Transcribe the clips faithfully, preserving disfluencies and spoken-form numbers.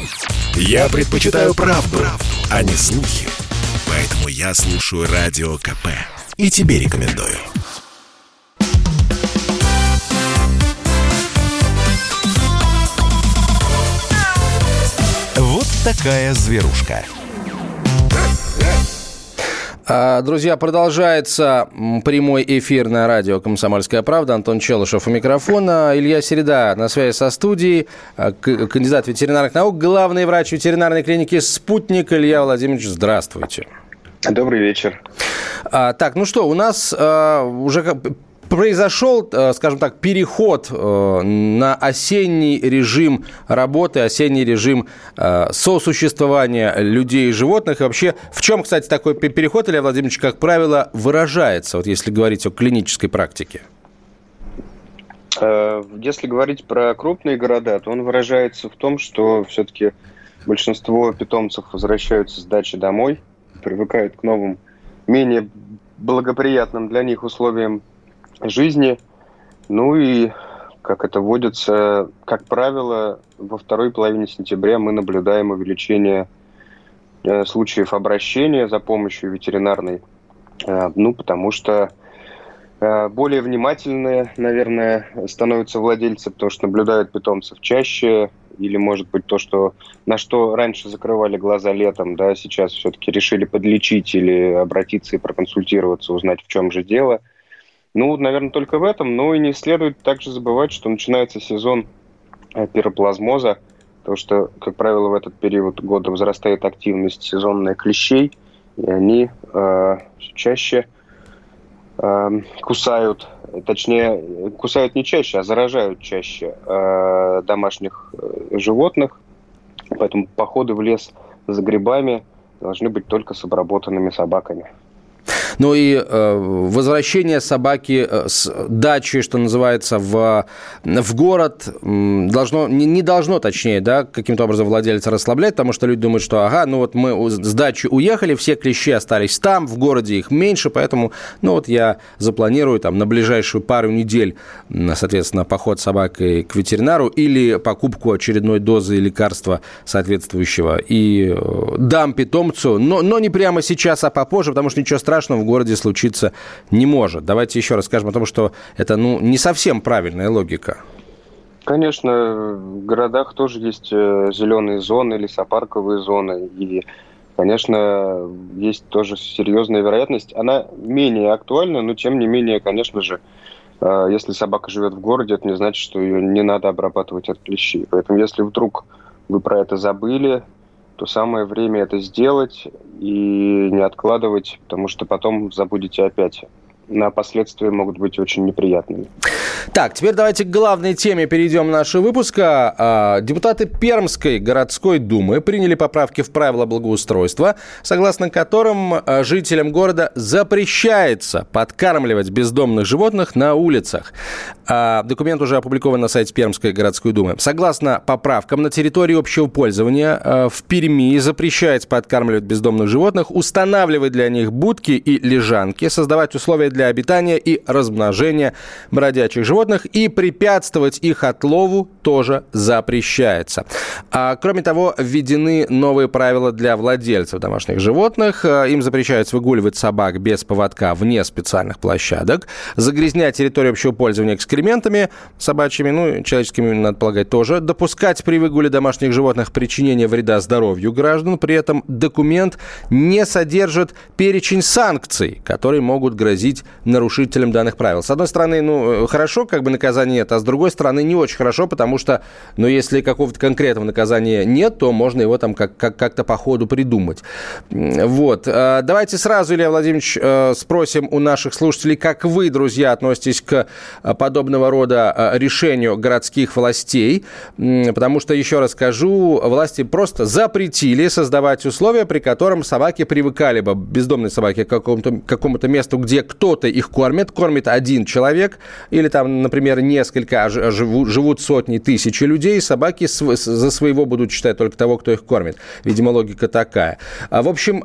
Я предпочитаю правду, правду, а не слухи. Поэтому я слушаю Радио КП. И тебе рекомендую. Вот такая зверушка. Друзья, продолжается прямой эфир на радио «Комсомольская правда». Антон Челышев у микрофона. Илья Середа на связи со студией. Кандидат ветеринарных наук, главный врач ветеринарной клиники «Спутник». Илья Владимирович, здравствуйте. Добрый вечер. А, так, ну что, у нас а, уже произошел, скажем так, переход на осенний режим работы, осенний режим сосуществования людей и животных. И вообще, в чем, кстати, такой переход, Илья Владимирович, как правило, выражается, вот если говорить о клинической практике? Если говорить про крупные города, то он выражается в том, что все-таки большинство питомцев возвращаются с дачи домой, привыкают к новым, менее благоприятным для них условиям жизни. Ну и, как это водится, как правило, во второй половине сентября мы наблюдаем увеличение э, случаев обращения за помощью ветеринарной. Э, ну, потому что э, более внимательные, наверное, становятся владельцы, потому что наблюдают питомцев чаще. Или, может быть, то, что на что раньше закрывали глаза летом, да, сейчас все-таки решили подлечить или обратиться и проконсультироваться, узнать, в чем же дело. Ну, наверное, только в этом, но и не следует также забывать, что начинается сезон пироплазмоза, потому что, как правило, в этот период года возрастает активность сезонная клещей, и они э, чаще э, кусают, точнее, кусают не чаще, а заражают чаще э, домашних э, животных, поэтому походы в лес за грибами должны быть только с обработанными собаками. Ну и э, возвращение собаки с дачи, что называется, в, в город должно, не, не должно, точнее, да, каким-то образом владельца расслаблять, потому что люди думают, что ага, ну вот мы с дачи уехали, все клещи остались там, в городе их меньше, поэтому, ну вот я запланирую там на ближайшую пару недель, соответственно, поход с собакой к ветеринару или покупку очередной дозы лекарства соответствующего и дам питомцу, но, но не прямо сейчас, а попозже, потому что ничего страшного в городе случиться не может. Давайте еще раз скажем о том, что это, ну, не совсем правильная логика. Конечно, в городах тоже есть зеленые зоны, лесопарковые зоны. И, конечно, есть тоже серьезная вероятность. Она менее актуальна, но, тем не менее, конечно же, если собака живет в городе, это не значит, что ее не надо обрабатывать от клещей. Поэтому, если вдруг вы про это забыли, то самое время это сделать и не откладывать, потому что потом забудете опять. На последствия могут быть очень неприятными. Так, теперь давайте к главной теме перейдем нашего выпуска. Депутаты Пермской городской думы приняли поправки в правила благоустройства, согласно которым жителям города запрещается подкармливать бездомных животных на улицах. Документ уже опубликован на сайте Пермской городской думы. Согласно поправкам, на территории общего пользования в Перми запрещается подкармливать бездомных животных, устанавливать для них будки и лежанки, создавать условия для обитания и размножения бродячих животных и препятствовать их отлову тоже запрещается. А, кроме того, введены новые правила для владельцев домашних животных. Им запрещается выгуливать собак без поводка вне специальных площадок, загрязнять территорию общего пользования экскрементами собачьими, ну, человеческими, надо полагать, тоже, допускать при выгуле домашних животных причинение вреда здоровью граждан. При этом документ не содержит перечень санкций, которые могут грозить нарушителям данных правил. С одной стороны, ну, хорошо, как бы наказания нет, а с другой стороны, не очень хорошо, потому что, ну, если какого-то конкретного наказания нет, то можно его там как- как- как-то по ходу придумать. Вот. Давайте сразу, Илья Владимирович, спросим у наших слушателей, как вы, друзья, относитесь к подобного рода решению городских властей, потому что, еще раз скажу, власти просто запретили создавать условия, при котором собаки привыкали бы, бездомные собаки, к какому-то, к какому-то месту, где кто кто-то их кормит, кормит один человек или там, например, несколько, а живут, живут сотни, тысячи людей, собаки за своего будут считать только того, кто их кормит. Видимо, логика такая. В общем,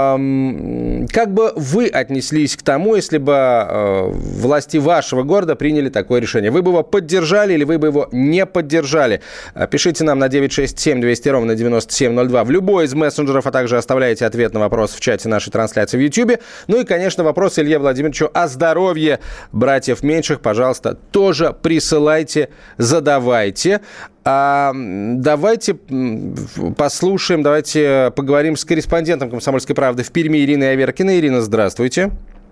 как бы вы отнеслись к тому, если бы власти вашего города приняли такое решение? Вы бы его поддержали или вы бы его не поддержали? Пишите нам на девять шесть семь двести ровно девяносто семь ноль два в любой из мессенджеров, а также оставляйте ответ на вопрос в чате нашей трансляции в Ютьюбе. Ну и, конечно, вопрос Илье Владимировичу о здоровье братьев меньших, пожалуйста, тоже присылайте, задавайте. А давайте послушаем, давайте поговорим с корреспондентом «Комсомольской правды» в Перми Ириной Аверкиной. Ирина, здравствуйте.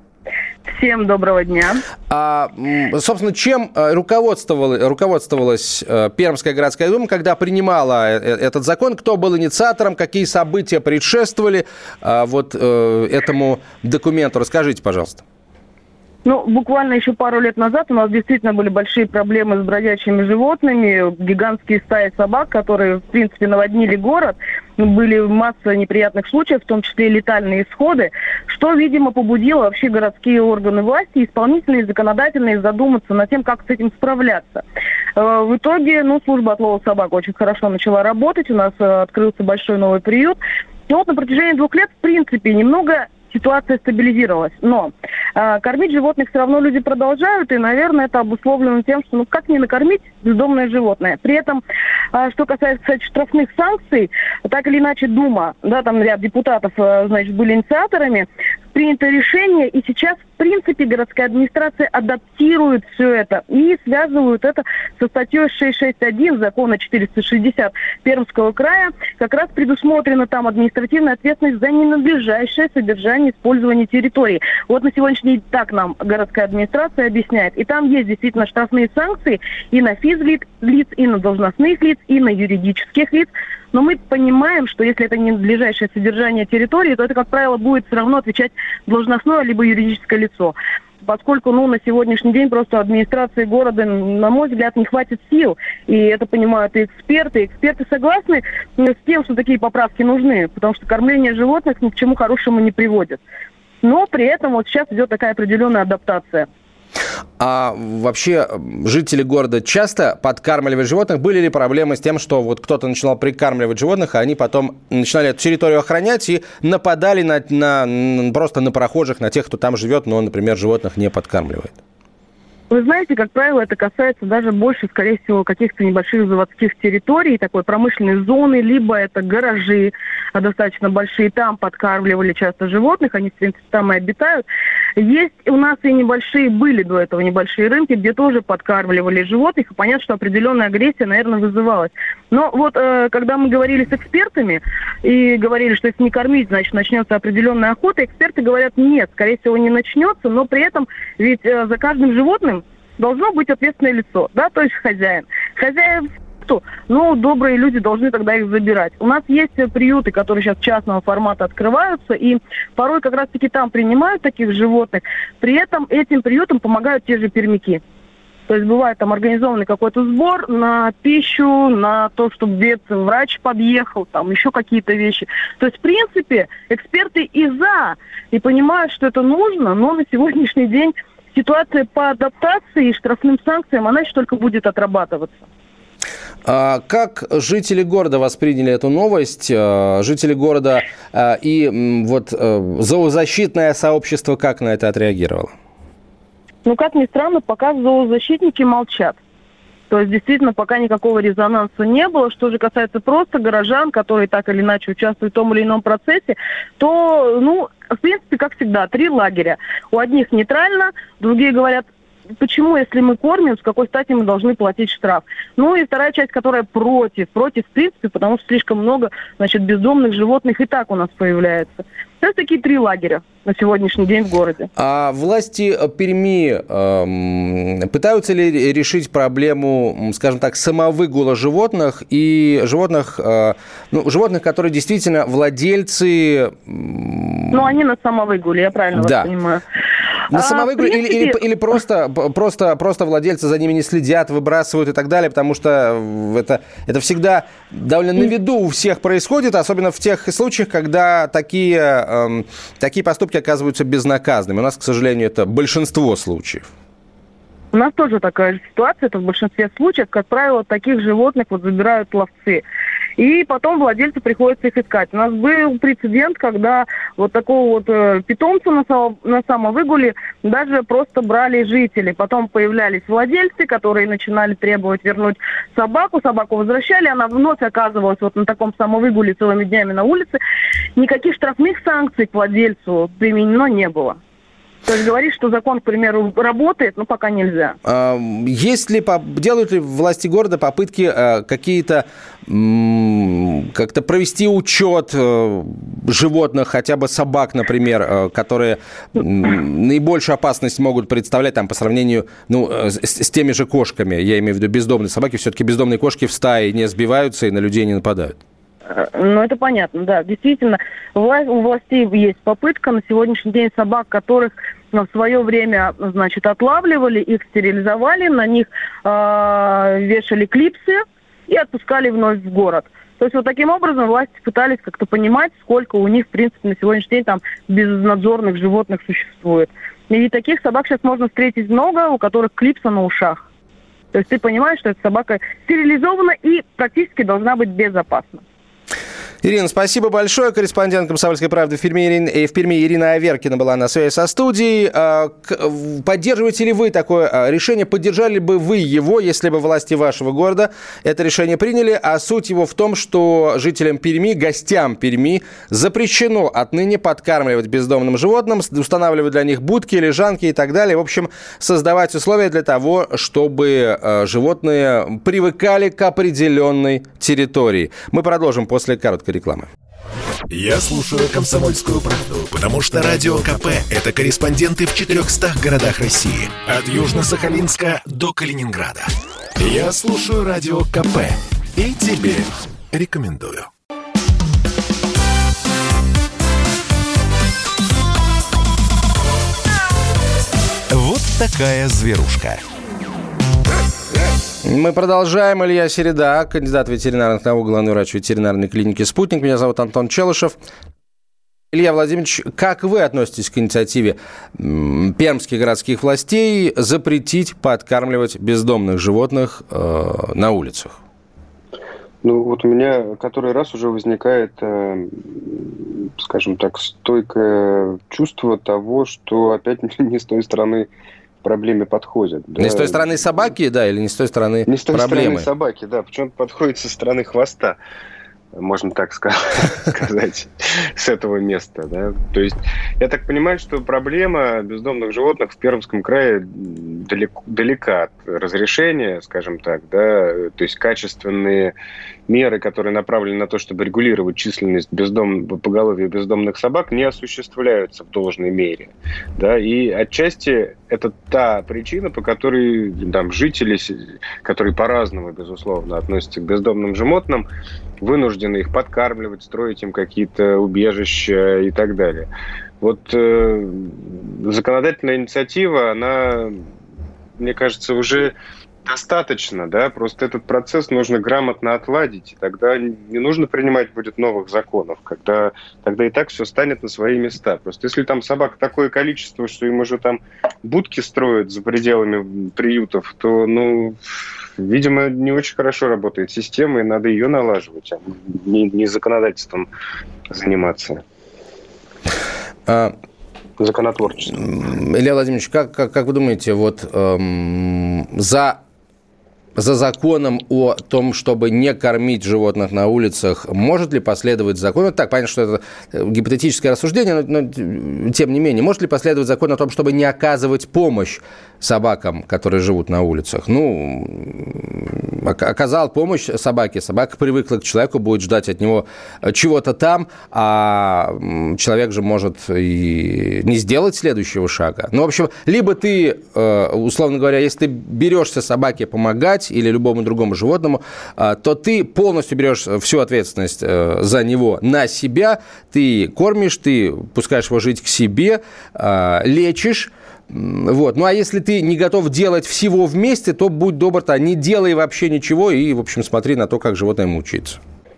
Всем доброго дня. А, собственно, чем руководствовалась, руководствовалась Пермская городская дума, когда принимала этот закон? Кто был инициатором? Какие события предшествовали вот этому документу? Расскажите, пожалуйста. Ну, буквально еще пару лет назад у нас действительно были большие проблемы с бродячими животными, гигантские стаи собак, которые, в принципе, наводнили город. Были масса неприятных случаев, в том числе и летальные исходы, что, видимо, побудило вообще городские органы власти, исполнительные и законодательные, задуматься над тем, как с этим справляться. В итоге, ну, служба отлова собак очень хорошо начала работать, у нас открылся большой новый приют. И вот на протяжении двух лет, в принципе, немного ситуация стабилизировалась. Но э, кормить животных все равно люди продолжают, и, наверное, это обусловлено тем, что ну как не накормить бездомное животное. При этом, э, что касается, кстати, штрафных санкций, так или иначе Дума, да, там ряд депутатов, э, значит, были инициаторами, принято решение, и сейчас, в принципе, городская администрация адаптирует все это и связывают это со статьей шестьсот шестьдесят один закона четыреста шестьдесят Пермского края. Как раз предусмотрена там административная ответственность за ненадлежащее содержание и использование территории. Вот на сегодняшний день так нам городская администрация объясняет. И там есть действительно штрафные санкции и на физлиц, и на должностных лиц, и на юридических лиц. Но мы понимаем, что если это ненадлежащее содержание территории, то это, как правило, будет все равно отвечать должностное либо юридическое лицо. Поскольку, ну, на сегодняшний день просто администрации города, на мой взгляд, не хватит сил. И это понимают и эксперты. Эксперты согласны с тем, что такие поправки нужны, потому что кормление животных ни к чему хорошему не приводит. Но при этом вот сейчас идет такая определенная адаптация. А вообще жители города часто подкармливают животных? Были ли проблемы с тем, что вот кто-то начинал прикармливать животных, а они потом начинали эту территорию охранять и нападали на, на, просто на прохожих, на тех, кто там живет, но, например, животных не подкармливает? Вы знаете, как правило, это касается даже больше, скорее всего, каких-то небольших заводских территорий, такой промышленной зоны, либо это гаражи достаточно большие, там подкармливали часто животных, они, в принципе, там и обитают. Есть у нас и небольшие, были до этого небольшие рынки, где тоже подкармливали животных, и понятно, что определенная агрессия, наверное, вызывалась. Но вот, э, когда мы говорили с экспертами и говорили, что если не кормить, значит, начнется определенная охота, эксперты говорят, нет, скорее всего, не начнется, но при этом ведь э, за каждым животным должно быть ответственное лицо, да, то есть хозяин. Хозяин, ну, добрые люди должны тогда их забирать. У нас есть приюты, которые сейчас частного формата открываются, и порой как раз-таки там принимают таких животных. При этом этим приютам помогают те же пермяки. То есть бывает там организованный какой-то сбор на пищу, на то, чтобы ветврач подъехал, там еще какие-то вещи. То есть, в принципе, эксперты и за, и понимают, что это нужно, но на сегодняшний день ситуация по адаптации и штрафным санкциям, она еще только будет отрабатываться. А как жители города восприняли эту новость? Жители города и вот зоозащитное сообщество как на это отреагировало? Ну, как ни странно, пока зоозащитники молчат. То есть, действительно, пока никакого резонанса не было. Что же касается просто горожан, которые так или иначе участвуют в том или ином процессе, то, ну, в принципе, как всегда, три лагеря. У одних нейтрально, другие говорят, почему, если мы кормим, с какой стати мы должны платить штраф? Ну и вторая часть, которая против. Против, в принципе, потому что слишком много, значит, бездомных животных и так у нас появляется. То есть такие три лагеря на сегодняшний день в городе. А власти Перми э, пытаются ли решить проблему, скажем так, самовыгула животных и животных, э, ну, животных, которые действительно владельцы... Ну, они на самовыгуле, я правильно да. вас понимаю. На самовыгуле принципе... или, или, или просто, просто, просто владельцы за ними не следят, выбрасывают и так далее, потому что это, это всегда довольно на виду у всех происходит, особенно в тех случаях, когда такие, эм, такие поступки оказываются безнаказанными. У нас, к сожалению, это большинство случаев. У нас тоже такая же ситуация, это в большинстве случаев, как правило, таких животных вот забирают ловцы. И потом владельцу приходится их искать. У нас был прецедент, когда вот такого вот э, питомца на, само, на самовыгуле даже просто брали жители. Потом появлялись владельцы, которые начинали требовать вернуть собаку. Собаку возвращали, она вновь оказывалась вот на таком самовыгуле целыми днями на улице. Никаких штрафных санкций к владельцу применено не было. То есть говорить, что закон, к примеру, работает, но пока нельзя. Есть ли, делают ли власти города попытки какие-то как-то провести учет животных, хотя бы собак, например, которые наибольшую опасность могут представлять там, по сравнению ну, с, с теми же кошками, я имею в виду бездомные собаки, все-таки бездомные кошки в стае не сбиваются и на людей не нападают? Ну, это понятно, да. Действительно, у властей есть попытка. На сегодняшний день собак, которых в свое время, значит, отлавливали, их стерилизовали, на них э, вешали клипсы и отпускали вновь в город. То есть вот таким образом власти пытались как-то понимать, сколько у них, в принципе, на сегодняшний день там безнадзорных животных существует. И таких собак сейчас можно встретить много, у которых клипсы на ушах. То есть ты понимаешь, что эта собака стерилизована и практически должна быть безопасна. Ирина, спасибо большое. Корреспондент «Комсомольской правды» в Перми, в Перми Ирина Аверкина была на связи со студией. Поддерживаете ли вы такое решение? Поддержали бы вы его, если бы власти вашего города это решение приняли? А суть его в том, что жителям Перми, гостям Перми запрещено отныне подкармливать бездомным животным, устанавливать для них будки, лежанки и так далее. В общем, создавать условия для того, чтобы животные привыкали к определенной территории. Мы продолжим после короткой рекламы. Я слушаю «Комсомольскую правду», потому что Радио КП – это корреспонденты в четырехстах городах России. От Южно-Сахалинска до Калининграда. Я слушаю Радио КП и тебе рекомендую. Вот такая зверушка. Мы продолжаем. Илья Середа, кандидат ветеринарных наук, главный врач ветеринарной клиники «Спутник». Меня зовут Антон Челышев. Илья Владимирович, как вы относитесь к инициативе пермских городских властей запретить подкармливать бездомных животных э, на улицах? Ну, вот у меня который раз уже возникает, э, скажем так, стойкое чувство того, что опять не с той стороны проблеме подходят. Да. Не с той стороны собаки, да, или не с той стороны не с той проблемы? стороны собаки, да. Почему-то подходит со стороны хвоста, можно так сказать, с этого места. Да. То есть я так понимаю, что проблема бездомных животных в Пермском крае далеко, далека от разрешения, скажем так, да. То есть качественные меры, которые направлены на то, чтобы регулировать численность бездом... поголовья бездомных собак, не осуществляются в должной мере. Да? И отчасти это та причина, по которой там, жители, которые по-разному, безусловно, относятся к бездомным животным, вынуждены их подкармливать, строить им какие-то убежища и так далее. Вот э, законодательная инициатива, она, мне кажется, уже достаточно, да, просто этот процесс нужно грамотно отладить, и тогда не нужно принимать будет новых законов, когда тогда и так все станет на свои места. Просто если там собак такое количество, что им уже там будки строят за пределами приютов, то, ну, видимо, не очень хорошо работает система, и надо ее налаживать, а не, не законодательством заниматься. А... Законотворчеством. Илья Владимирович, как, как, как вы думаете, вот эм, за... За законом о том, чтобы не кормить животных на улицах, может ли последовать закон? Ну, так, понятно, что это гипотетическое рассуждение, но, но тем не менее, может ли последовать закон о том, чтобы не оказывать помощь собакам, которые живут на улицах? Ну, оказал помощь собаке, собака привыкла к человеку, будет ждать от него чего-то там, а человек же может и не сделать следующего шага. Ну, в общем, либо ты, условно говоря, если ты берешься собаке помогать, или любому другому животному, то ты полностью берешь всю ответственность за него на себя, ты кормишь, ты пускаешь его жить к себе, лечишь, Вот. Ну, а если ты не готов делать всего вместе, то будь добр-то, не делай вообще ничего и, в общем, смотри на то, как животное мучается.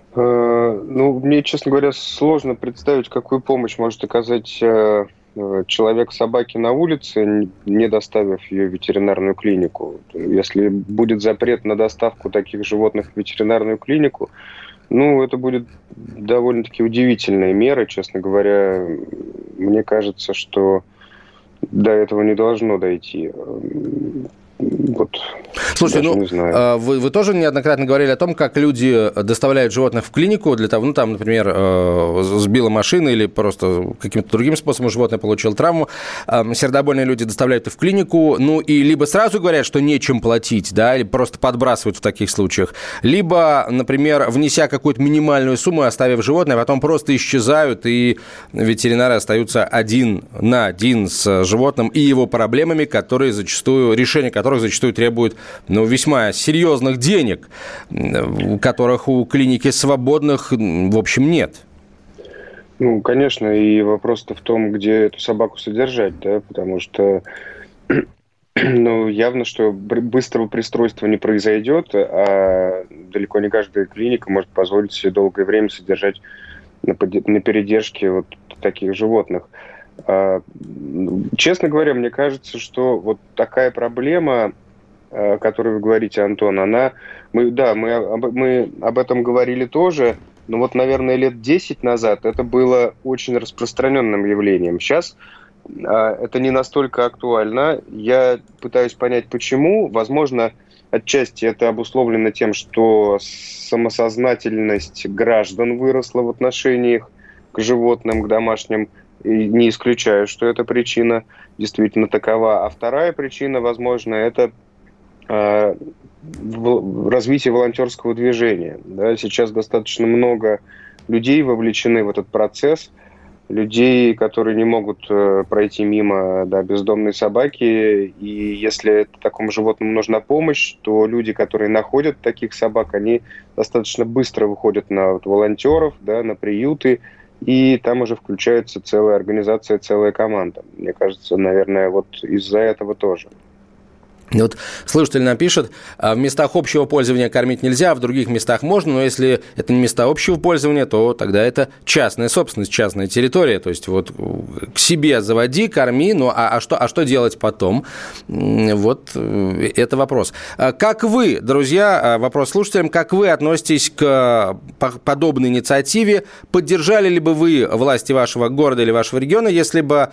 Ну, мне, честно говоря, сложно представить, какую помощь может оказать человек собаке на улице, не доставив ее в ветеринарную клинику. Если будет запрет на доставку таких животных в ветеринарную клинику, ну, это будет довольно-таки удивительная мера, честно говоря. Мне кажется, что до этого не должно дойти. Вот. Слушайте, ну, вы, вы тоже неоднократно говорили о том, как люди доставляют животных в клинику для того, ну, там, например, сбила машина или просто каким-то другим способом животное получило травму. Сердобольные люди доставляют их в клинику, ну, и либо сразу говорят, что нечем платить, да, или просто подбрасывают в таких случаях, либо, например, внеся какую-то минимальную сумму, оставив животное, а потом просто исчезают, и ветеринары остаются один на один с животным и его проблемами, которые зачастую, решение которых которых зачастую требуют, ну, весьма серьезных денег, которых у клиники свободных, в общем, нет. Ну, конечно, и вопрос-то в том, где эту собаку содержать, да, потому что, ну, явно, что быстрого пристройства не произойдет, а далеко не каждая клиника может позволить себе долгое время содержать на передержке вот таких животных. Честно говоря, мне кажется, что вот такая проблема, о которой вы говорите, Антон, она... Мы, да, мы, мы об этом говорили тоже, но вот, наверное, лет десять назад это было очень распространенным явлением. Сейчас это не настолько актуально. Я пытаюсь понять, почему. Возможно, отчасти это обусловлено тем, что самосознательность граждан выросла в отношениях к животным, к домашним. И не исключаю, что эта причина действительно такова. А вторая причина, возможно, это э, развитие волонтерского движения. Да, сейчас достаточно много людей вовлечены в этот процесс, людей, которые не могут э, пройти мимо, да, бездомной собаки. И если такому животному нужна помощь, то люди, которые находят таких собак, они достаточно быстро выходят на вот, волонтеров, да, на приюты, и там уже включается целая организация, целая команда. Мне кажется, наверное, вот из-за этого тоже. Вот слушатель нам пишет, в местах общего пользования кормить нельзя, в других местах можно, но если это не места общего пользования, то тогда это частная собственность, частная территория. То есть вот к себе заводи, корми, ну а, а, что, а что делать потом? Вот это вопрос. Как вы, друзья, вопрос слушателям, как вы относитесь к подобной инициативе? Поддержали ли бы вы власти вашего города или вашего региона, если бы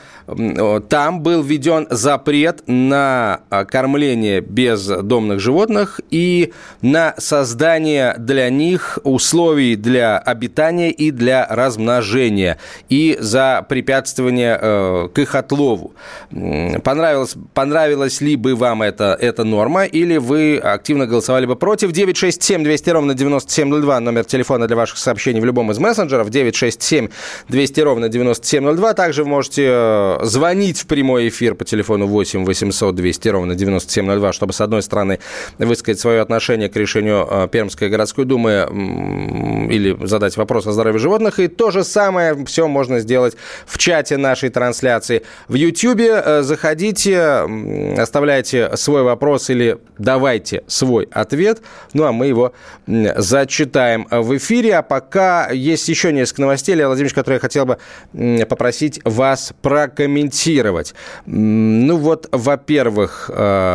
там был введен запрет на кормление бездомных животных и на создание для них условий для обитания и для размножения, и за препятствование э, к их отлову? Понравилось, понравилась ли бы вам эта, эта норма, или вы активно голосовали бы против? девять шесть семь двести ровно девяносто семь ноль два, номер телефона для ваших сообщений в любом из мессенджеров, девять шесть семь двести ровно девяносто семь ноль два. Также вы можете звонить в прямой эфир по телефону восемь восемьсот двести ровно девяносто семь ноль два, чтобы, с одной стороны, высказать свое отношение к решению Пермской городской думы или задать вопрос о здоровье животных. И то же самое все можно сделать в чате нашей трансляции в Ютьюбе. Заходите, оставляйте свой вопрос или давайте свой ответ, ну а мы его зачитаем в эфире. А пока есть еще несколько новостей, Илья Владимирович, которые я хотел бы попросить вас прокомментировать. Ну вот, во-первых,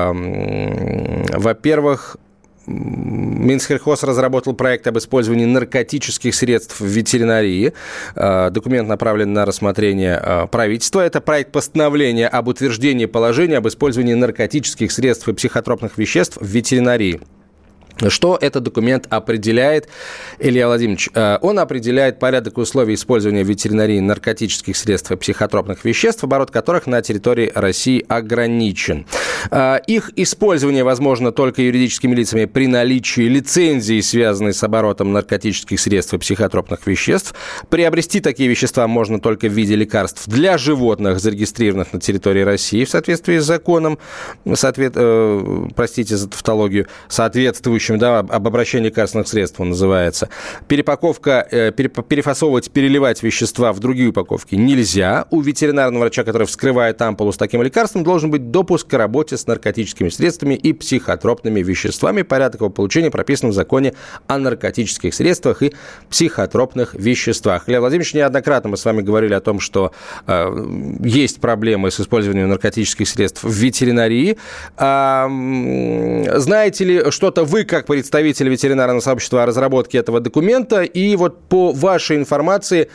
Во-первых, Минсельхоз разработал проект об использовании наркотических средств в ветеринарии. Документ направлен на рассмотрение правительства. Это проект постановления об утверждении положения об использовании наркотических средств и психотропных веществ в ветеринарии. Что этот документ определяет, Илья Владимирович? Он определяет порядок и условия использования в ветеринарии наркотических средств и психотропных веществ, оборот которых на территории России ограничен. Их использование возможно только юридическими лицами при наличии лицензии, связанной с оборотом наркотических средств и психотропных веществ. Приобрести такие вещества можно только в виде лекарств для животных, зарегистрированных на территории России в соответствии с законом, соответ... простите за тавтологию, соответствующим общем, да, об обращении лекарственных средств он называется. Перепаковка, перефасовывать, переливать вещества в другие упаковки нельзя. У ветеринарного врача, который вскрывает ампулу с таким лекарством, должен быть допуск к работе с наркотическими средствами и психотропными веществами. Порядок его получения прописан в законе о наркотических средствах и психотропных веществах. Лев Владимирович, неоднократно мы с вами говорили о том, что э, есть проблемы с использованием наркотических средств в ветеринарии. А, знаете ли что-то вы, как представитель ветеринарного сообщества, о разработке этого документа? И вот по вашей информации,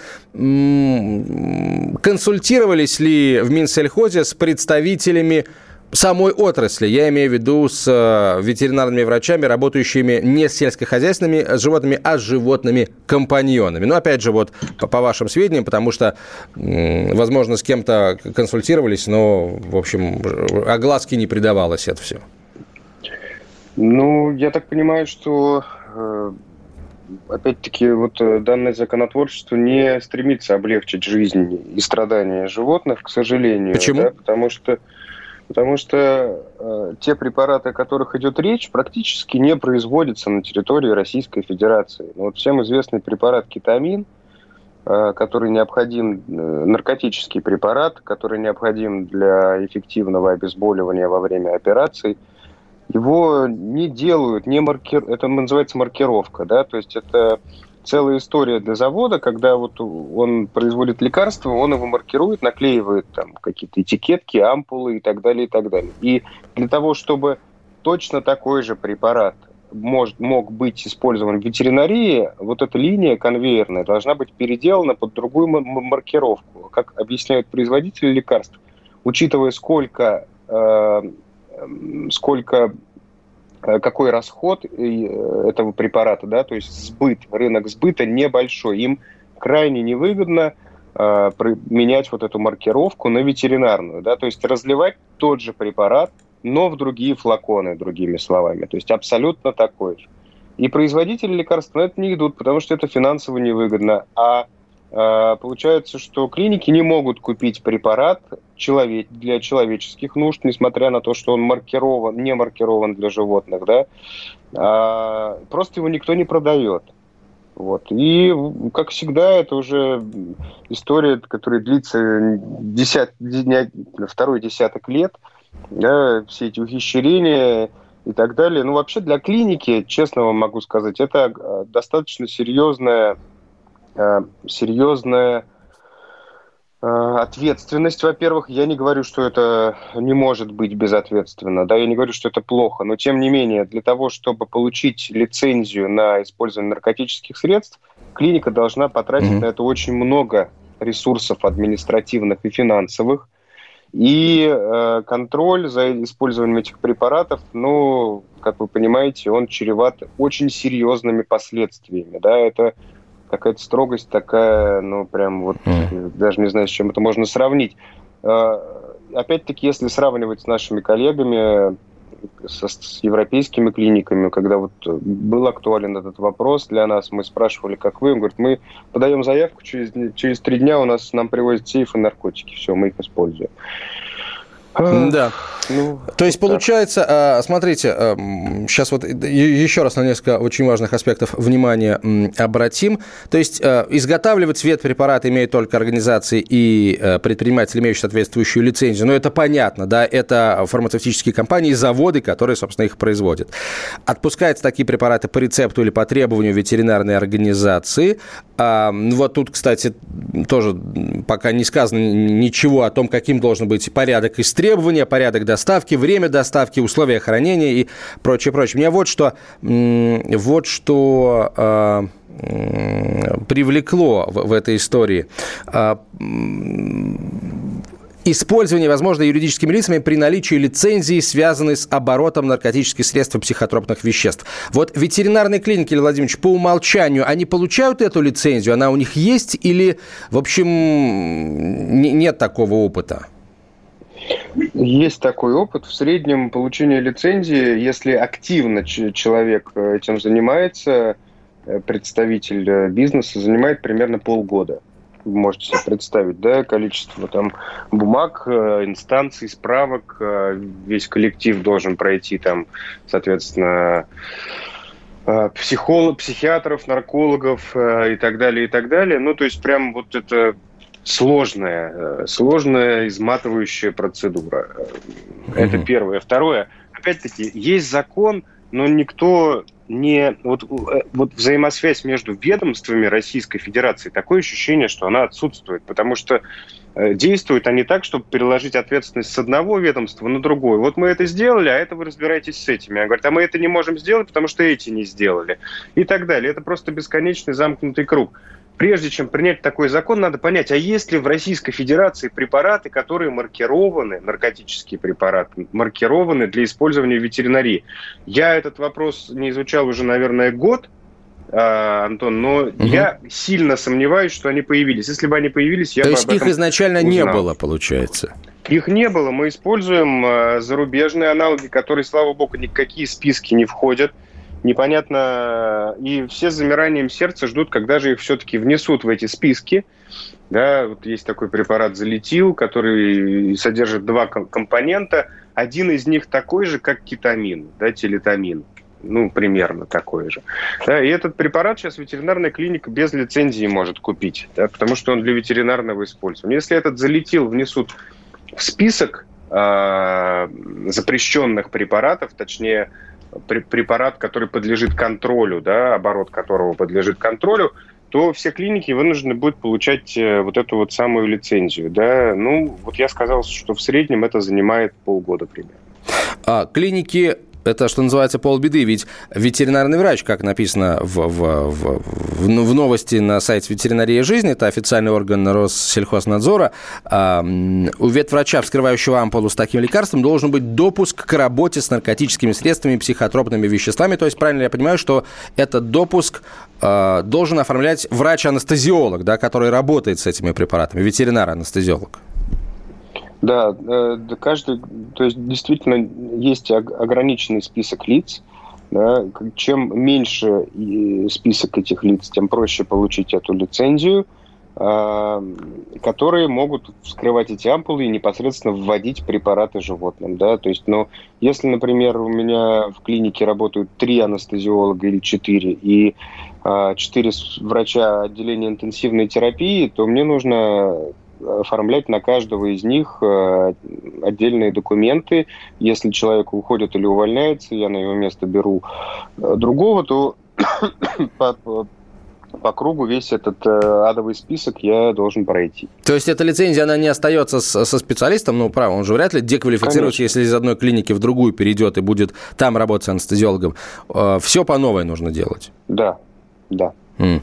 консультировались ли в Минсельхозе с представителями самой отрасли? Я имею в виду с ветеринарными врачами, работающими не с сельскохозяйственными животными, а с животными-компаньонами. Ну, опять же, вот по, по вашим сведениям, потому что, возможно, с кем-то консультировались, но, в общем, огласке не придавалось это все. Ну, я так понимаю, что, опять-таки, вот данное законотворчество не стремится облегчить жизнь и страдания животных, к сожалению. Почему? Да, потому что Потому что э, те препараты, о которых идет речь, практически не производятся на территории Российской Федерации. Ну, вот всем известный препарат кетамин, э, который необходим, э, наркотический препарат, который необходим для эффективного обезболивания во время операций, его не делают, не маркир... это называется маркировка, да, то есть это целая история для завода, когда вот он производит лекарство, он его маркирует, наклеивает там какие-то этикетки, ампулы и так далее, и так далее. И для того, чтобы точно такой же препарат может, мог быть использован в ветеринарии, вот эта линия конвейерная должна быть переделана под другую маркировку. Как объясняют производители лекарств, учитывая сколько, э, сколько какой расход этого препарата, да, то есть сбыт, рынок сбыта небольшой. Им крайне невыгодно э, менять вот эту маркировку на ветеринарную, да, то есть разливать тот же препарат, но в другие флаконы, другими словами, то есть абсолютно такой же. И производители лекарств на это не идут, потому что это финансово невыгодно, а э, получается, что клиники не могут купить препарат человек, для человеческих нужд, несмотря на то, что он маркирован, не маркирован для животных, да, а, просто его никто не продает. Вот. И, как всегда, это уже история, которая длится десят, второй десяток лет, да, все эти ухищрения и так далее. Ну, вообще для клиники, честно вам могу сказать, это достаточно серьезная, серьезная ответственность, во-первых. Я не говорю, что это не может быть безответственно, да, я не говорю, что это плохо, но тем не менее, для того, чтобы получить лицензию на использование наркотических средств, клиника должна потратить mm-hmm. на это очень много ресурсов административных и финансовых, и э, контроль за использованием этих препаратов, ну, как вы понимаете, он чреват очень серьезными последствиями, да, это какая-то строгость такая, ну, прям вот, mm. даже не знаю, с чем это можно сравнить. Опять-таки, если сравнивать с нашими коллегами, со, с европейскими клиниками, когда вот был актуален этот вопрос для нас, мы спрашивали, как вы, он говорит, мы подаем заявку, через, через три дня у нас нам привозят сейфы наркотики, все, мы их используем. Да. Ну, то есть, получается, смотрите, сейчас вот еще раз на несколько очень важных аспектов внимания обратим. То есть, изготавливать ветпрепараты имеют только организации и предприниматели, имеющие соответствующую лицензию. Но это понятно, да, это фармацевтические компании, заводы, которые, собственно, их производят. Отпускаются такие препараты по рецепту или по требованию ветеринарной организации. Вот тут, кстати, тоже пока не сказано ничего о том, каким должен быть порядок истребования, порядок доставки, время доставки, условия хранения и прочее, прочее. Меня вот что, вот что э, привлекло в, в этой истории. Э, Использование, возможно, юридическими лицами при наличии лицензии, связанной с оборотом наркотических средств и психотропных веществ. Вот ветеринарные клиники, Илья Владимирович, по умолчанию, они получают эту лицензию? Она у них есть или, в общем, нет такого опыта? Есть такой опыт. В среднем получение лицензии, если активно человек этим занимается, представитель бизнеса, занимает примерно полгода. Вы можете себе представить, да, количество там бумаг, инстанций, справок. Весь коллектив должен пройти там, соответственно, психолог, психиатров, наркологов и так далее, и так далее. Ну, то есть прям вот это сложная, сложная, изматывающая процедура. Mm-hmm. Это первое. Второе, опять-таки, есть закон, но никто не... Вот, вот взаимосвязь между ведомствами Российской Федерации, такое ощущение, что она отсутствует, потому что действуют они так, чтобы переложить ответственность с одного ведомства на другое. Вот мы это сделали, а это вы разбираетесь с этими. Они говорят, а мы это не можем сделать, потому что эти не сделали. И так далее. Это просто бесконечный замкнутый круг. Прежде чем принять такой закон, надо понять, а есть ли в Российской Федерации препараты, которые маркированы, наркотические препараты, маркированы для использования в ветеринарии. Я этот вопрос не изучал уже, наверное, год, Антон, но угу. я сильно сомневаюсь, что они появились. Если бы они появились, я То бы есть об этом их изначально узнал. Не было, получается? Их не было. Мы используем зарубежные аналоги, которые, слава богу, ни в какие списки не входят. Непонятно. И все с замиранием сердца ждут, когда же их все-таки внесут в эти списки. Да, вот есть такой препарат Залетил, который содержит два компонента. Один из них такой же, как кетамин, да, телетамин. Ну, примерно такой же. Да, и этот препарат сейчас ветеринарная клиника без лицензии может купить, да, потому что он для ветеринарного использования. Если этот Залетил внесут в список э, запрещенных препаратов, точнее, препарат, который подлежит контролю, да, оборот которого подлежит контролю, то все клиники вынуждены будут получать вот эту вот самую лицензию. Да. Ну, вот я сказал, что в среднем это занимает полгода примерно. А клиники... Это, что называется, полбеды, ведь ветеринарный врач, как написано в, в, в, в новости на сайте «Ветеринария жизни», это официальный орган Россельхознадзора, у ветврача, вскрывающего ампулу с таким лекарством, должен быть допуск к работе с наркотическими средствами и психотропными веществами. То есть, правильно я понимаю, что этот допуск должен оформлять врач-анестезиолог, да, который работает с этими препаратами, ветеринар-анестезиолог? Да, каждый, то есть действительно есть ограниченный список лиц. Да, чем меньше список этих лиц, тем проще получить эту лицензию, которые могут вскрывать эти ампулы и непосредственно вводить препараты животным. Да? То есть, ну, если, например, у меня в клинике работают три анестезиолога или четыре, и четыре врача отделения интенсивной терапии, то мне нужно оформлять на каждого из них отдельные документы. Если человек уходит или увольняется, я на его место беру другого, то по, по, по кругу весь этот адовый список я должен пройти. То есть эта лицензия, она не остается с, со специалистом, ну, право, он же вряд ли деквалифицируется, Конечно. Если из одной клиники в другую перейдет и будет там работать анестезиологом. Все по новой нужно делать. Да, да. Mm.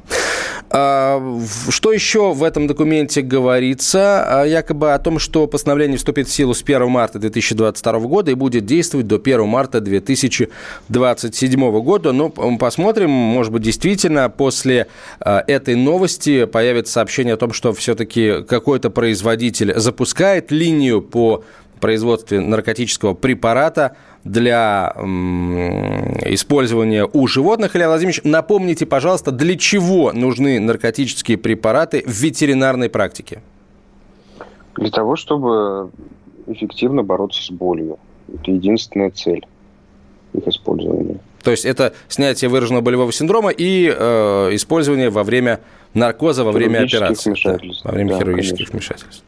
Что еще в этом документе говорится? Якобы о том, что постановление вступит в силу с первого марта две тысячи двадцать второго года и будет действовать до первого марта две тысячи двадцать седьмого года. Но посмотрим, может быть, действительно после этой новости появится сообщение о том, что все-таки какой-то производитель запускает линию по производстве наркотического препарата для м, использования у животных. Илья Владимирович, напомните, пожалуйста, для чего нужны наркотические препараты в ветеринарной практике? Для того, чтобы эффективно бороться с болью. Это единственная цель их использования. То есть это снятие выраженного болевого синдрома и э, использование во время наркоза, во время операции. Да, во время да, хирургических конечно. вмешательств.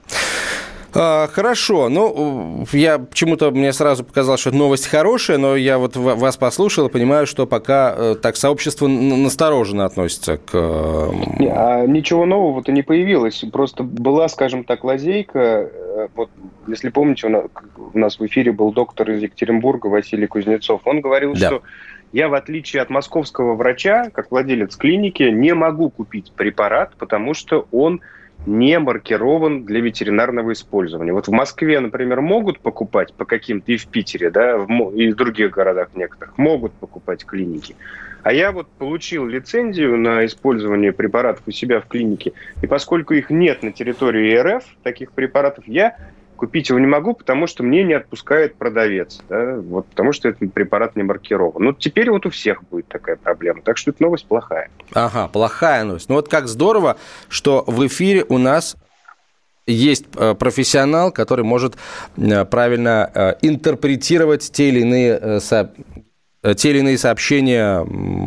Хорошо, ну, я почему-то, мне сразу показалось, что новость хорошая, но я вот вас послушал и понимаю, что пока так сообщество настороженно относится к... Не, а ничего нового-то не появилось, просто была, скажем так, лазейка, вот, если помните, у нас в эфире был доктор из Екатеринбурга Василий Кузнецов, он говорил, да. что я, в отличие от московского врача, как владелец клиники, не могу купить препарат, потому что он не маркирован для ветеринарного использования. Вот в Москве, например, могут покупать по каким-то, и в Питере, да, в, и в других городах некоторых, могут покупать клиники. А я вот получил лицензию на использование препаратов у себя в клинике, и поскольку их нет на территории РФ, таких препаратов, я купить его не могу, потому что мне не отпускает продавец, да, вот, потому что этот препарат не маркирован. Ну, теперь вот у всех будет такая проблема, так что эта новость плохая. Ага, плохая новость. Ну, вот как здорово, что в эфире у нас есть профессионал, который может правильно интерпретировать те или иные сообщения. те или иные сообщения,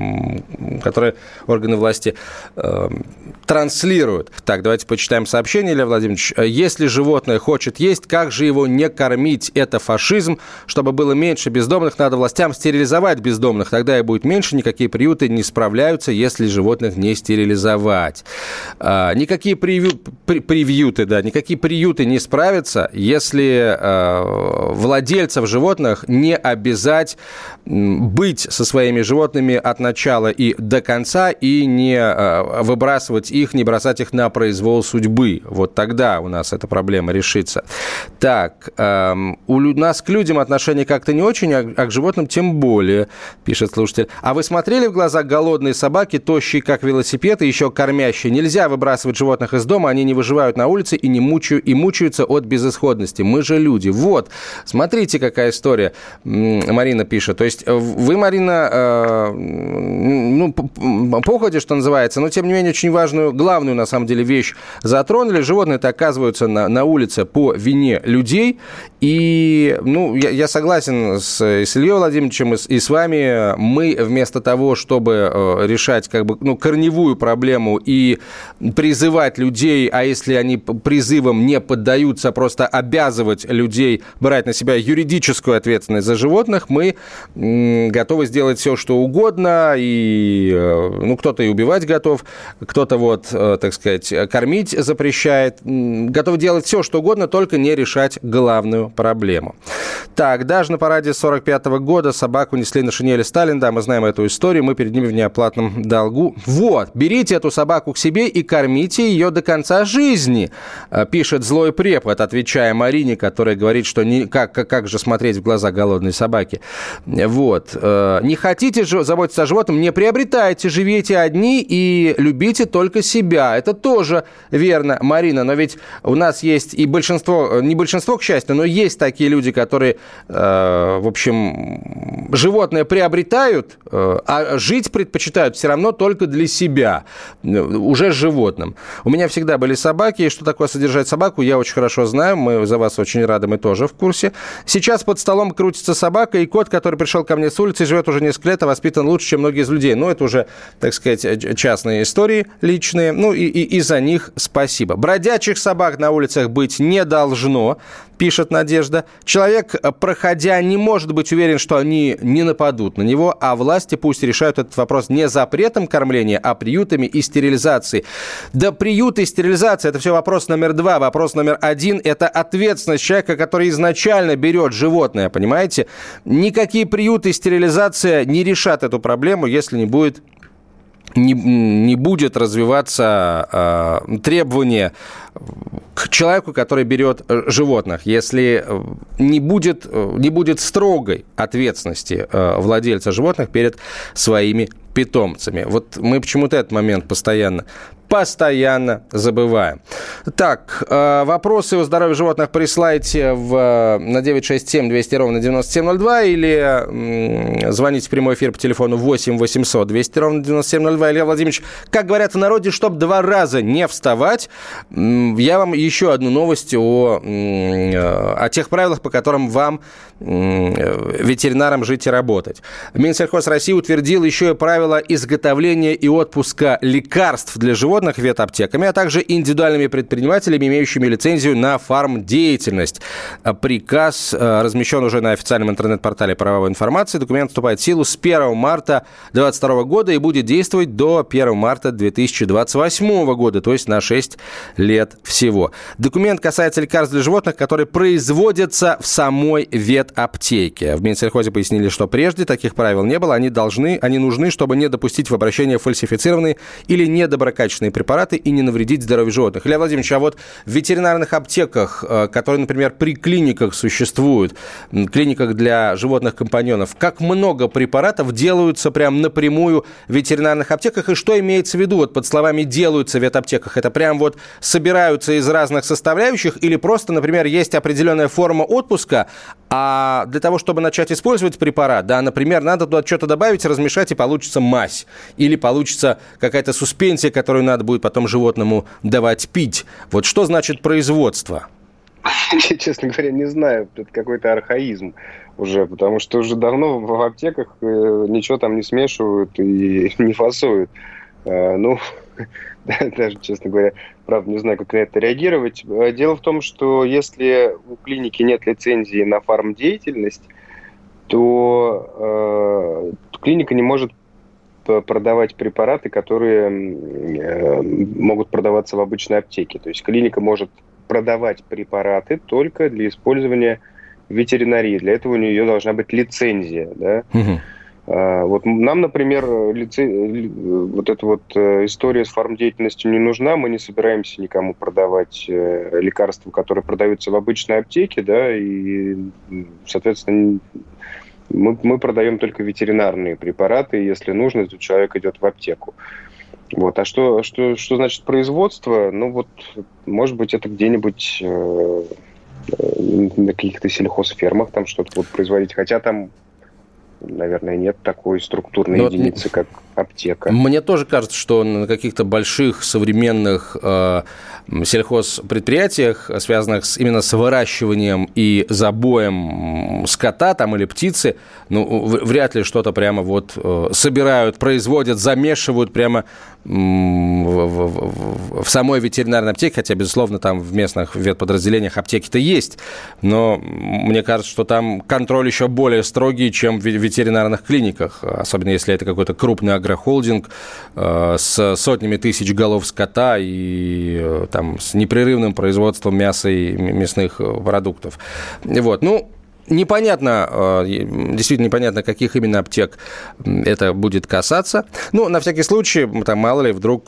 которые органы власти э, транслируют. Так, давайте почитаем сообщение, Илья Владимирович. Если животное хочет есть, как же его не кормить? Это фашизм. Чтобы было меньше бездомных, надо властям стерилизовать бездомных. Тогда и будет меньше. Никакие приюты не справляются, если животных не стерилизовать. А, никакие привью, при, привьюты, да, никакие приюты не справятся, если а, владельцев животных не обязать быть со своими животными от начала и до конца и не а, выбрасывать их, не бросать их на произвол судьбы. Вот тогда у нас эта проблема решится. Так, э, у нас к людям отношение как-то не очень, а, а к животным тем более, пишет слушатель. А вы смотрели в глаза голодные собаки, тощие как велосипеды, еще кормящие? Нельзя выбрасывать животных из дома, они не выживают на улице и, не мучаю, и мучаются от безысходности. Мы же люди. Вот, смотрите, какая история, Марина пишет. То есть вы, Марина, э, ну, походе, что называется, но тем не менее очень важную, главную, на самом деле, вещь затронули. Животные-то оказываются на, на улице по вине людей. И, ну, я, я согласен с, с Ильей Владимировичем и с, и с вами. Мы вместо того, чтобы э, решать, как бы, ну, корневую проблему и призывать людей, а если они призывам не поддаются, просто обязывать людей брать на себя юридическую ответственность за животных, мы м, готовы сделать все, что угодно. И, э, ну, кто-то и убивать готов, кто-то вот, так сказать, кормить запрещает. Готов делать все, что угодно, только не решать главную проблему. Так, даже на параде сорок пятого года собаку несли на шинели Сталин. Да, мы знаем эту историю, мы перед ними в неоплатном долгу. Вот, берите эту собаку к себе и кормите ее до конца жизни, пишет злой препод, отвечая Марине, которая говорит, что не, как, как, как же смотреть в глаза голодной собаки. Вот. Не хотите заботиться о животном, не приобретайте, живите одни и любите только себя. Это тоже верно, Марина, но ведь у нас есть и большинство, не большинство, к счастью, но есть такие люди, которые, э, в общем, животное приобретают, э, а жить предпочитают все равно только для себя, уже с животным. У меня всегда были собаки, и что такое содержать собаку, я очень хорошо знаю, мы за вас очень рады, мы тоже в курсе. Сейчас под столом крутится собака, и кот, который пришел ко мне с улицы, живет уже несколько лет, а воспитан лучше, чем многие из людей. Но это уже, так сказать, частные истории личные. Ну и, и, и за них спасибо. Бродячих собак на улицах быть не должно, пишет Надежда. Человек, проходя, не может быть уверен, что они не нападут на него, а власти пусть решают этот вопрос не запретом кормления, а приютами и стерилизацией. Да приюты и стерилизация – это все вопрос номер два. Вопрос номер один – это ответственность человека, который изначально берет животное, понимаете? Никакие приюты и стерилизация не решат эту проблему, если не будет... Не, не будет развиваться э, требование к человеку, который берет животных, если не будет, не будет строгой ответственности э, владельца животных перед своими питомцами. Вот мы почему-то этот момент постоянно, постоянно забываем. Так, э, вопросы о здоровье животных присылайте в, на девять шесть семь двести ровно девяносто семь ноль два или э, звоните в прямой эфир по телефону восемь восемьсот двести ровно девяносто семь ноль два. Илья Владимирович, как говорят в народе, чтобы два раза не вставать, я вам еще одну новость о, о тех правилах, по которым вам, ветеринарам, жить и работать. Минсельхоз России утвердил еще и правила изготовления и отпуска лекарств для животных ветаптеками, а также индивидуальными предпринимателями, имеющими лицензию на фармдеятельность. Приказ размещен уже на официальном интернет-портале правовой информации. Документ вступает в силу с первого марта две тысячи двадцать второго года и будет действовать до первого марта две тысячи двадцать восьмого года, то есть на шесть лет всего. Документ касается лекарств для животных, которые производятся в самой ветаптеке. В Минсельхозе пояснили, что прежде таких правил не было. Они должны, они нужны, чтобы не допустить в обращение фальсифицированные или недоброкачественные препараты и не навредить здоровью животных. Илья Владимирович, а вот в ветеринарных аптеках, которые, например, при клиниках существуют, клиниках для животных-компаньонов, как много препаратов делаются прям напрямую в ветеринарных аптеках, и что имеется в виду вот под словами «делаются в ветаптеках»? Это прям вот собираются из разных составляющих или просто, например, есть определенная форма отпуска, а для того, чтобы начать использовать препарат, да, например, надо туда что-то добавить, размешать, и получится мазь. Или получится какая-то суспензия, которую надо будет потом животному давать пить. Вот что значит производство? честно говоря, не знаю. Это какой-то архаизм уже, потому что уже давно в аптеках ничего там не смешивают и не фасуют. Ну, даже, честно говоря, правда, не знаю, как на это реагировать. Дело в том, что если у клиники нет лицензии на фармдеятельность, то э, клиника не может продавать препараты, которые э, могут продаваться в обычной аптеке. То есть клиника может продавать препараты только для использования в ветеринарии. Для этого у нее должна быть лицензия, да? Угу. Вот нам, например, лице... вот эта вот история с фармдеятельностью не нужна. Мы не собираемся никому продавать лекарства, которые продаются в обычной аптеке, да, и, соответственно, мы, мы продаем только ветеринарные препараты. И если нужно, то человек идет в аптеку. Вот. А что, что, что значит производство? Ну вот, может быть, это где-нибудь э, на каких-то сельхозфермах там что-то будут производить, хотя там, наверное, нет такой структурной Но единицы, вот как аптека. Мне тоже кажется, что на каких-то больших современных э, сельхозпредприятиях, связанных с, именно с выращиванием и забоем скота там, или птицы, ну, вряд ли что-то прямо вот э, собирают, производят, замешивают прямо в, в, в, в самой ветеринарной аптеке, хотя, безусловно, там в местных ветподразделениях аптеки-то есть, но мне кажется, что там контроль еще более строгий, чем в ветеринарных клиниках, особенно если это какой-то крупный агрохолдинг э, с сотнями тысяч голов скота и э, там, с непрерывным производством мяса и мясных продуктов. Вот, ну, непонятно, действительно непонятно, каких именно аптек это будет касаться. Ну, на всякий случай, там, мало ли, вдруг,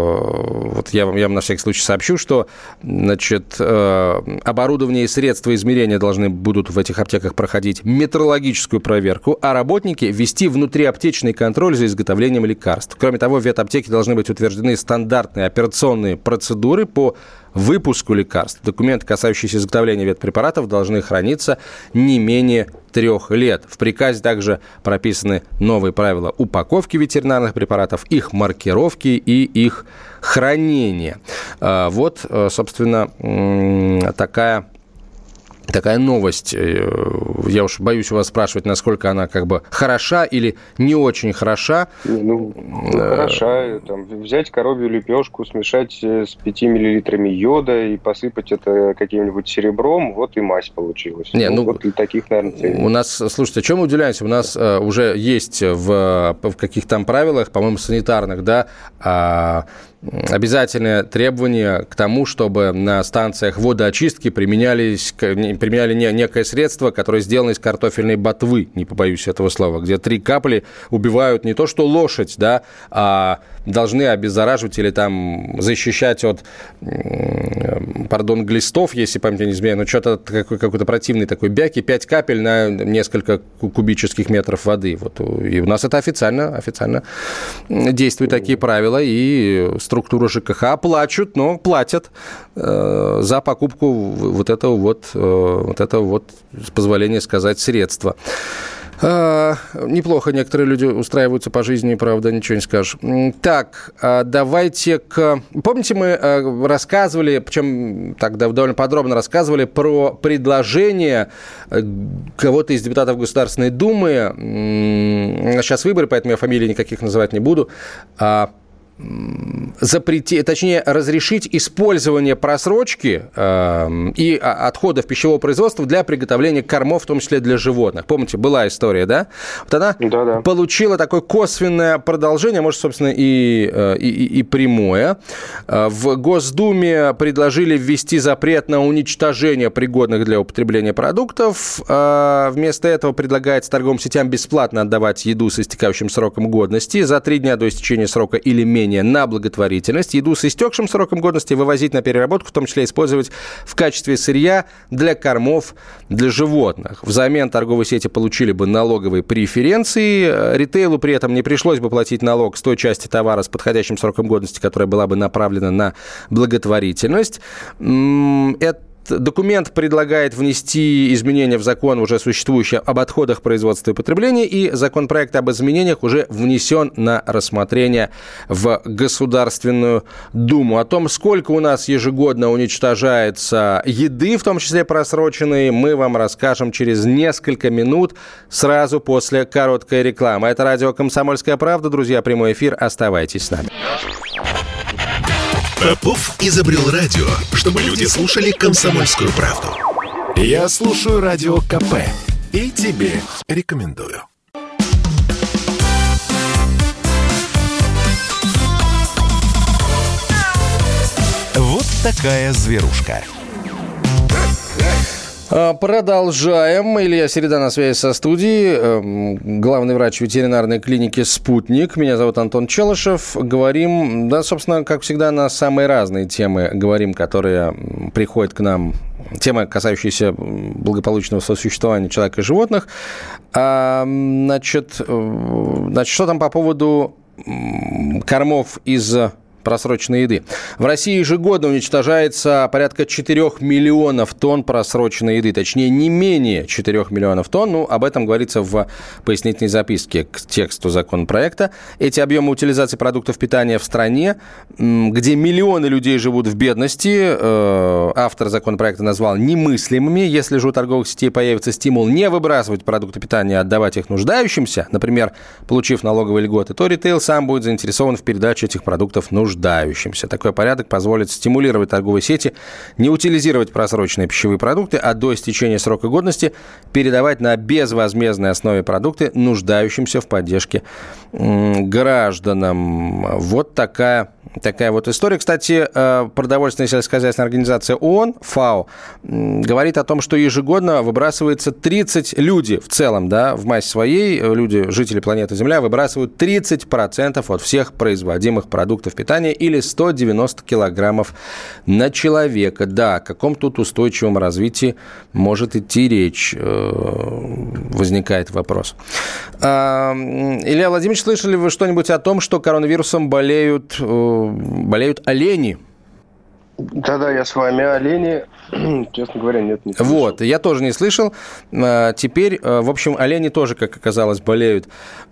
вот я вам, я вам на всякий случай сообщу, что, значит, оборудование и средства измерения должны будут в этих аптеках проходить метрологическую проверку, а работники вести внутриаптечный контроль за изготовлением лекарств. Кроме того, в ветаптеке должны быть утверждены стандартные операционные процедуры по выпуску лекарств. Документы, касающиеся изготовления ветпрепаратов, должны храниться не менее трех лет. В приказе также прописаны новые правила упаковки ветеринарных препаратов, их маркировки и их хранения. Вот, собственно, такая... Такая новость. Я уж боюсь у вас спрашивать, насколько она как бы хороша или не очень хороша. Ну, хороша. Там, взять коровью лепешку, смешать с пятью миллилитрами йода и посыпать это каким-нибудь серебром, вот и мазь получилась. Не, ну, ну, вот для таких, наверное, целей. У нас, слушайте, о чем мы удивляемся? У нас uh, уже есть в, в каких-то там правилах, по-моему, санитарных, да, uh, обязательное требование к тому, чтобы на станциях водоочистки применялись, применяли некое средство, которое сделано из картофельной ботвы, не побоюсь этого слова, где три капли убивают не то что лошадь, да, а должны обеззараживать или там защищать от, пардон, глистов, если память не изменяет, но что-то какой-то противный такой бяки, пять капель на несколько кубических метров воды. Вот. И у нас это официально, официально действуют такие правила, и структура ЖКХ оплачут, но платят э, за покупку вот этого вот, э, вот этого вот, с позволения сказать, средства. А, неплохо некоторые люди устраиваются по жизни, правда, ничего не скажешь. Так, давайте к... Помните, мы рассказывали, причем так довольно подробно рассказывали про предложение кого-то из депутатов Государственной Думы, сейчас выборы, поэтому я фамилии никаких называть не буду, запретить, точнее, разрешить использование просрочки э, и отходов пищевого производства для приготовления кормов, в том числе для животных. Помните, была история, да? Вот она Да-да. получила такое косвенное продолжение, может, собственно, и, и, и прямое. В Госдуме предложили ввести запрет на уничтожение пригодных для употребления продуктов. Вместо этого предлагается торговым сетям бесплатно отдавать еду с истекающим сроком годности за три дня до истечения срока или менее на благотворительность. Еду с истекшим сроком годности вывозить на переработку, в том числе использовать в качестве сырья для кормов для животных. Взамен торговые сети получили бы налоговые преференции. Ритейлу при этом не пришлось бы платить налог с той части товара с подходящим сроком годности, которая была бы направлена на благотворительность. Это документ предлагает внести изменения в закон, уже существующий, об отходах производства и потребления, и законопроект об изменениях уже внесен на рассмотрение в Государственную Думу. О том, сколько у нас ежегодно уничтожается еды, в том числе просроченной, мы вам расскажем через несколько минут, сразу после короткой рекламы. Это радио «Комсомольская правда». Друзья, прямой эфир. Оставайтесь с нами. Попов изобрел радио, чтобы люди слушали «Комсомольскую правду». Я слушаю радио КП и тебе рекомендую. Вот такая зверушка. Продолжаем. Илья Середа на связи со студией. Главный врач ветеринарной клиники «Спутник». Меня зовут Антон Челышев. Говорим, да, собственно, как всегда, на самые разные темы говорим, которые приходят к нам. Темы, касающиеся благополучного сосуществования человека и животных. А, значит, значит, что там по поводу кормов из просроченной еды. В России ежегодно уничтожается порядка четырех миллионов тонн просроченной еды. Точнее, не менее четырех миллионов тонн. Ну, об этом говорится в пояснительной записке к тексту законопроекта. Эти объемы утилизации продуктов питания в стране, где миллионы людей живут в бедности, автор законопроекта назвал немыслимыми. Если же у торговых сетей появится стимул не выбрасывать продукты питания, а отдавать их нуждающимся, например, получив налоговые льготы, то ритейл сам будет заинтересован в передаче этих продуктов нуждающимся. нуждающимся. Такой порядок позволит стимулировать торговые сети не утилизировать просроченные пищевые продукты, а до истечения срока годности передавать на безвозмездной основе продукты нуждающимся в поддержке гражданам. Вот такая, такая вот история. Кстати, продовольственная и сельскохозяйственная организация ООН, ФАО, говорит о том, что ежегодно выбрасывается тридцать люди в целом, да, в массе своей, люди, жители планеты Земля, выбрасывают тридцать процентов от всех производимых продуктов питания или сто девяносто килограммов на человека. Да, о каком тут устойчивом развитии может идти речь? Возникает вопрос. Илья Владимирович, слышали вы что-нибудь о том, что коронавирусом болеют, болеют олени? Да-да, я с вами. Олени, честно говоря, нет, не слышал. Вот, я тоже не слышал. Теперь, в общем, олени тоже, как оказалось, болеют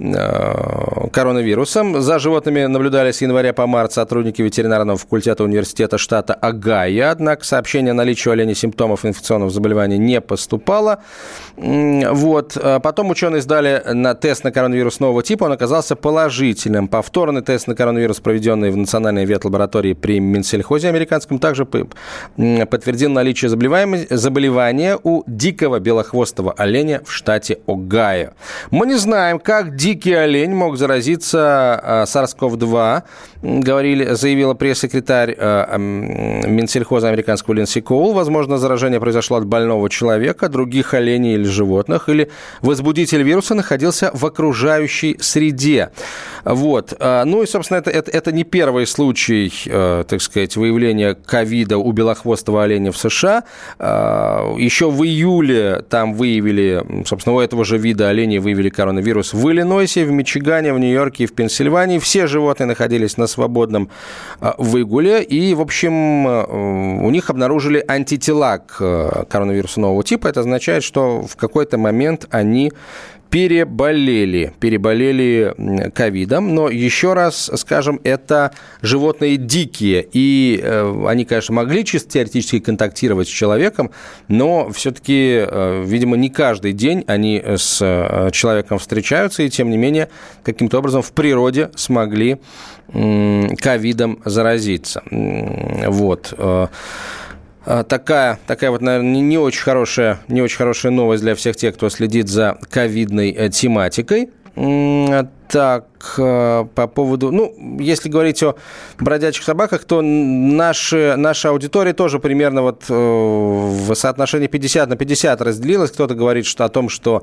коронавирусом. За животными наблюдали с января по март сотрудники ветеринарного факультета университета штата Огайо. Однако сообщение о наличии у оленей симптомов инфекционного заболевания не поступало. Вот. Потом ученые сдали на тест на коронавирус нового типа. Он оказался положительным. Повторный тест на коронавирус, проведенный в Национальной ветлаборатории при Минсельхозе американском, также подтвердил наличие заболевания у дикого белохвостого оленя в штате Огайо. Мы не знаем, как дикий олень мог заразиться сарс ков два, говорили, заявила пресс-секретарь Минсельхоза американского Линдси Коул. Возможно, заражение произошло от больного человека, других оленей или животных, или возбудитель вируса находился в окружающей среде. Вот. Ну и, собственно, это, это, это не первый случай, так сказать, выявления ковида у белохвостого оленя в США. Еще в июле там выявили, собственно, у этого же вида оленей выявили коронавирус в Иллинойсе, в Мичигане, в Нью-Йорке и в Пенсильвании. Все животные находились на свободном выгуле, и, в общем, у них обнаружили антитела к коронавирусу нового типа. Это означает, что в какой-то момент они переболели, переболели ковидом, но еще раз скажем, это животные дикие, и э, они, конечно, могли чисто теоретически контактировать с человеком, но все-таки, э, видимо, не каждый день они с э, человеком встречаются, и тем не менее каким-то образом в природе смогли э, ковидом заразиться. Вот. Такая, такая вот, наверное, не очень хорошая, не очень хорошая новость для всех тех, кто следит за ковидной тематикой. Так, по поводу... Ну, если говорить о бродячих собаках, то наши, наша аудитория тоже примерно вот в соотношении пятьдесят на пятьдесят разделилась. Кто-то говорит что, о том, что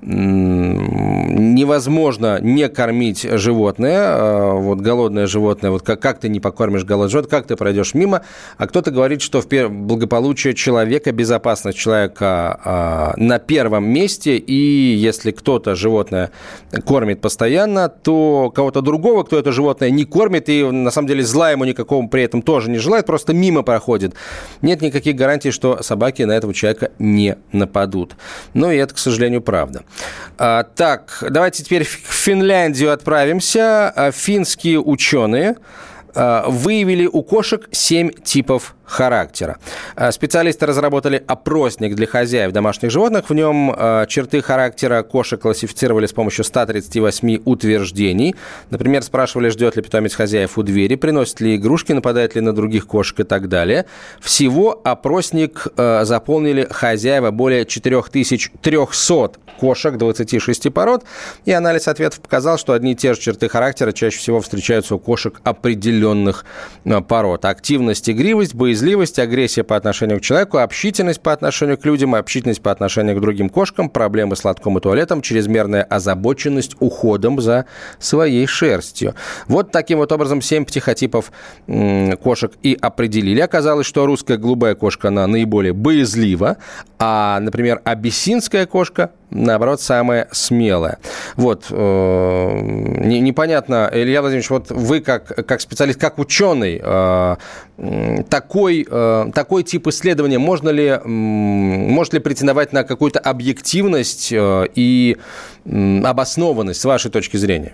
невозможно не кормить животное, вот голодное животное, вот как, как ты не покормишь голодное животное, как ты пройдешь мимо, а кто-то говорит, что в пер... благополучие человека, безопасность человека на первом месте, и если кто-то животное кормит постоянно, постоянно, то кого-то другого, кто это животное не кормит и, на самом деле, зла ему никакого при этом тоже не желает, просто мимо проходит. Нет никаких гарантий, что собаки на этого человека не нападут. Ну, и это, к сожалению, правда. А, так, давайте теперь в Финляндию отправимся. Финские ученые выявили у кошек семь типов характера. Специалисты разработали опросник для хозяев домашних животных. В нем черты характера кошек классифицировали с помощью ста тридцати восьми утверждений. Например, спрашивали, ждет ли питомец хозяев у двери, приносит ли игрушки, нападает ли на других кошек и так далее. Всего опросник заполнили хозяева более четыре тысячи триста кошек двадцати шести пород. И анализ ответов показал, что одни и те же черты характера чаще всего встречаются у кошек определенных пород. Активность, игривость, боязливость, агрессия по отношению к человеку, общительность по отношению к людям, общительность по отношению к другим кошкам, проблемы с лотком и туалетом, чрезмерная озабоченность уходом за своей шерстью. Вот таким вот образом семь психотипов м- кошек и определили. Оказалось, что русская голубая кошка, она наиболее боязлива, а, например, абиссинская кошка, наоборот, самая смелая. Вот. Э, не, непонятно, Илья Владимирович, вот вы как, как специалист, как ученый, э, такой, э, такой тип исследования, можно ли, э, может ли претендовать на какую-то объективность э, и э, обоснованность, с вашей точки зрения?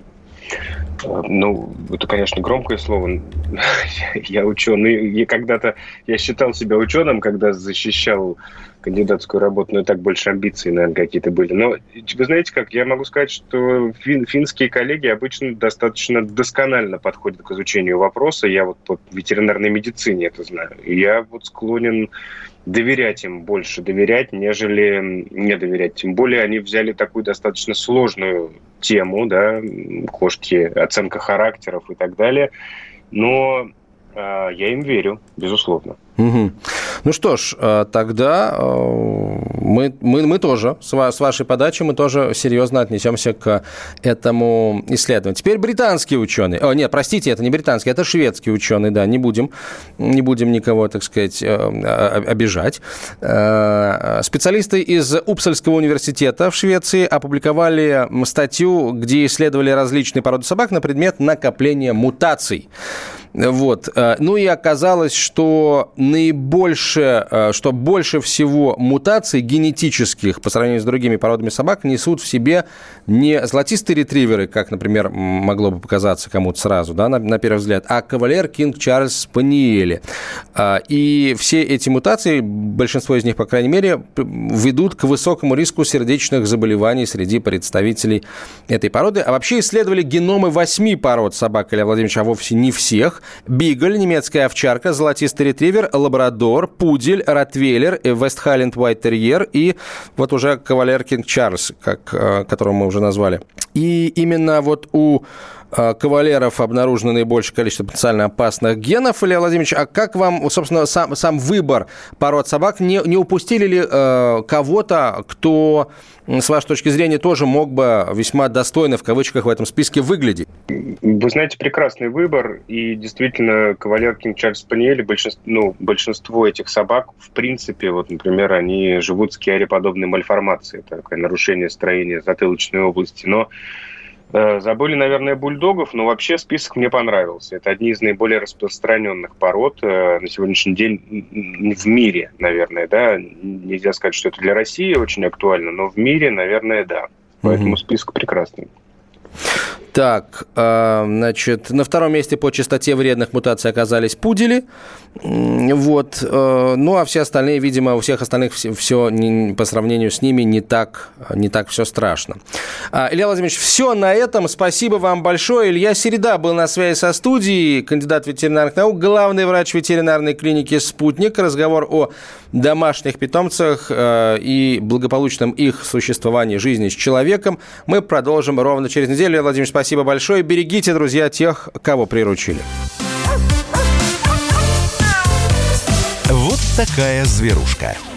Ну, это, конечно, громкое слово. Я ученый. Я когда-то я считал себя ученым, когда защищал кандидатскую работу, но и так больше амбиций, наверное, какие-то были. Но вы знаете как, я могу сказать, что фин, финские коллеги обычно достаточно досконально подходят к изучению вопроса. Я вот по ветеринарной медицине это знаю. И я вот склонен доверять им, больше доверять, нежели не доверять. Тем более они взяли такую достаточно сложную тему, да, кошки, оценка характеров и так далее. Но э, я им верю, безусловно. Угу. Ну что ж, тогда мы, мы, мы тоже, с вашей подачи, мы тоже серьезно отнесемся к этому исследованию. Теперь британские ученые. О, нет, простите, это не британские, это шведские ученые, да, не будем, не будем никого, так сказать, обижать. Специалисты из Упсальского университета в Швеции опубликовали статью, где исследовали различные породы собак на предмет накопления мутаций. Вот. Ну и оказалось, что наибольше, что больше всего мутаций генетических по сравнению с другими породами собак несут в себе не золотистые ретриверы, как, например, могло бы показаться кому-то сразу, да, на, на первый взгляд, а кавалер, кинг, чарльз, спаниели. И все эти мутации, большинство из них, по крайней мере, ведут к высокому риску сердечных заболеваний среди представителей этой породы. А вообще исследовали геномы восьми пород собак, Илья Владимирович, а вовсе не всех. Бигль, немецкая овчарка, золотистый ретривер, лабрадор, пудель, ротвейлер, вестхайленд уайт-терьер и вот уже кавалер кинг Чарльз, как, которого мы уже назвали. И именно вот у кавалеров обнаружено наибольшее количество потенциально опасных генов. Илья Владимирович, а как вам, собственно, сам, сам выбор пород собак? Не, не упустили ли э, кого-то, кто, с вашей точки зрения, тоже мог бы весьма достойно, в кавычках, в этом списке выглядеть? Вы знаете, прекрасный выбор. И действительно, кавалер, кинг, Чарльз, спаниели, большинство, ну, большинство этих собак, в принципе, вот, например, они живут с киаре-подобной мальформацией, такое нарушение строения затылочной области. Но забыли, наверное, бульдогов, но вообще список мне понравился. Это одни из наиболее распространенных пород на сегодняшний день в мире, наверное, да. Нельзя сказать, что это для России очень актуально, но в мире, наверное, да. Поэтому угу. список прекрасный. Так, значит, на втором месте по частоте вредных мутаций оказались пудели. Вот. Ну, а все остальные, видимо, у всех остальных все, все не, по сравнению с ними не так, не так все страшно. Илья Владимирович, все на этом. Спасибо вам большое. Илья Середа был на связи со студией, кандидат ветеринарных наук, главный врач ветеринарной клиники «Спутник». Разговор о домашних питомцах и благополучном их существовании, жизни с человеком мы продолжим ровно через неделю. Илья Владимирович, спасибо большое. Берегите, друзья, тех, кого приручили. Вот такая зверушка.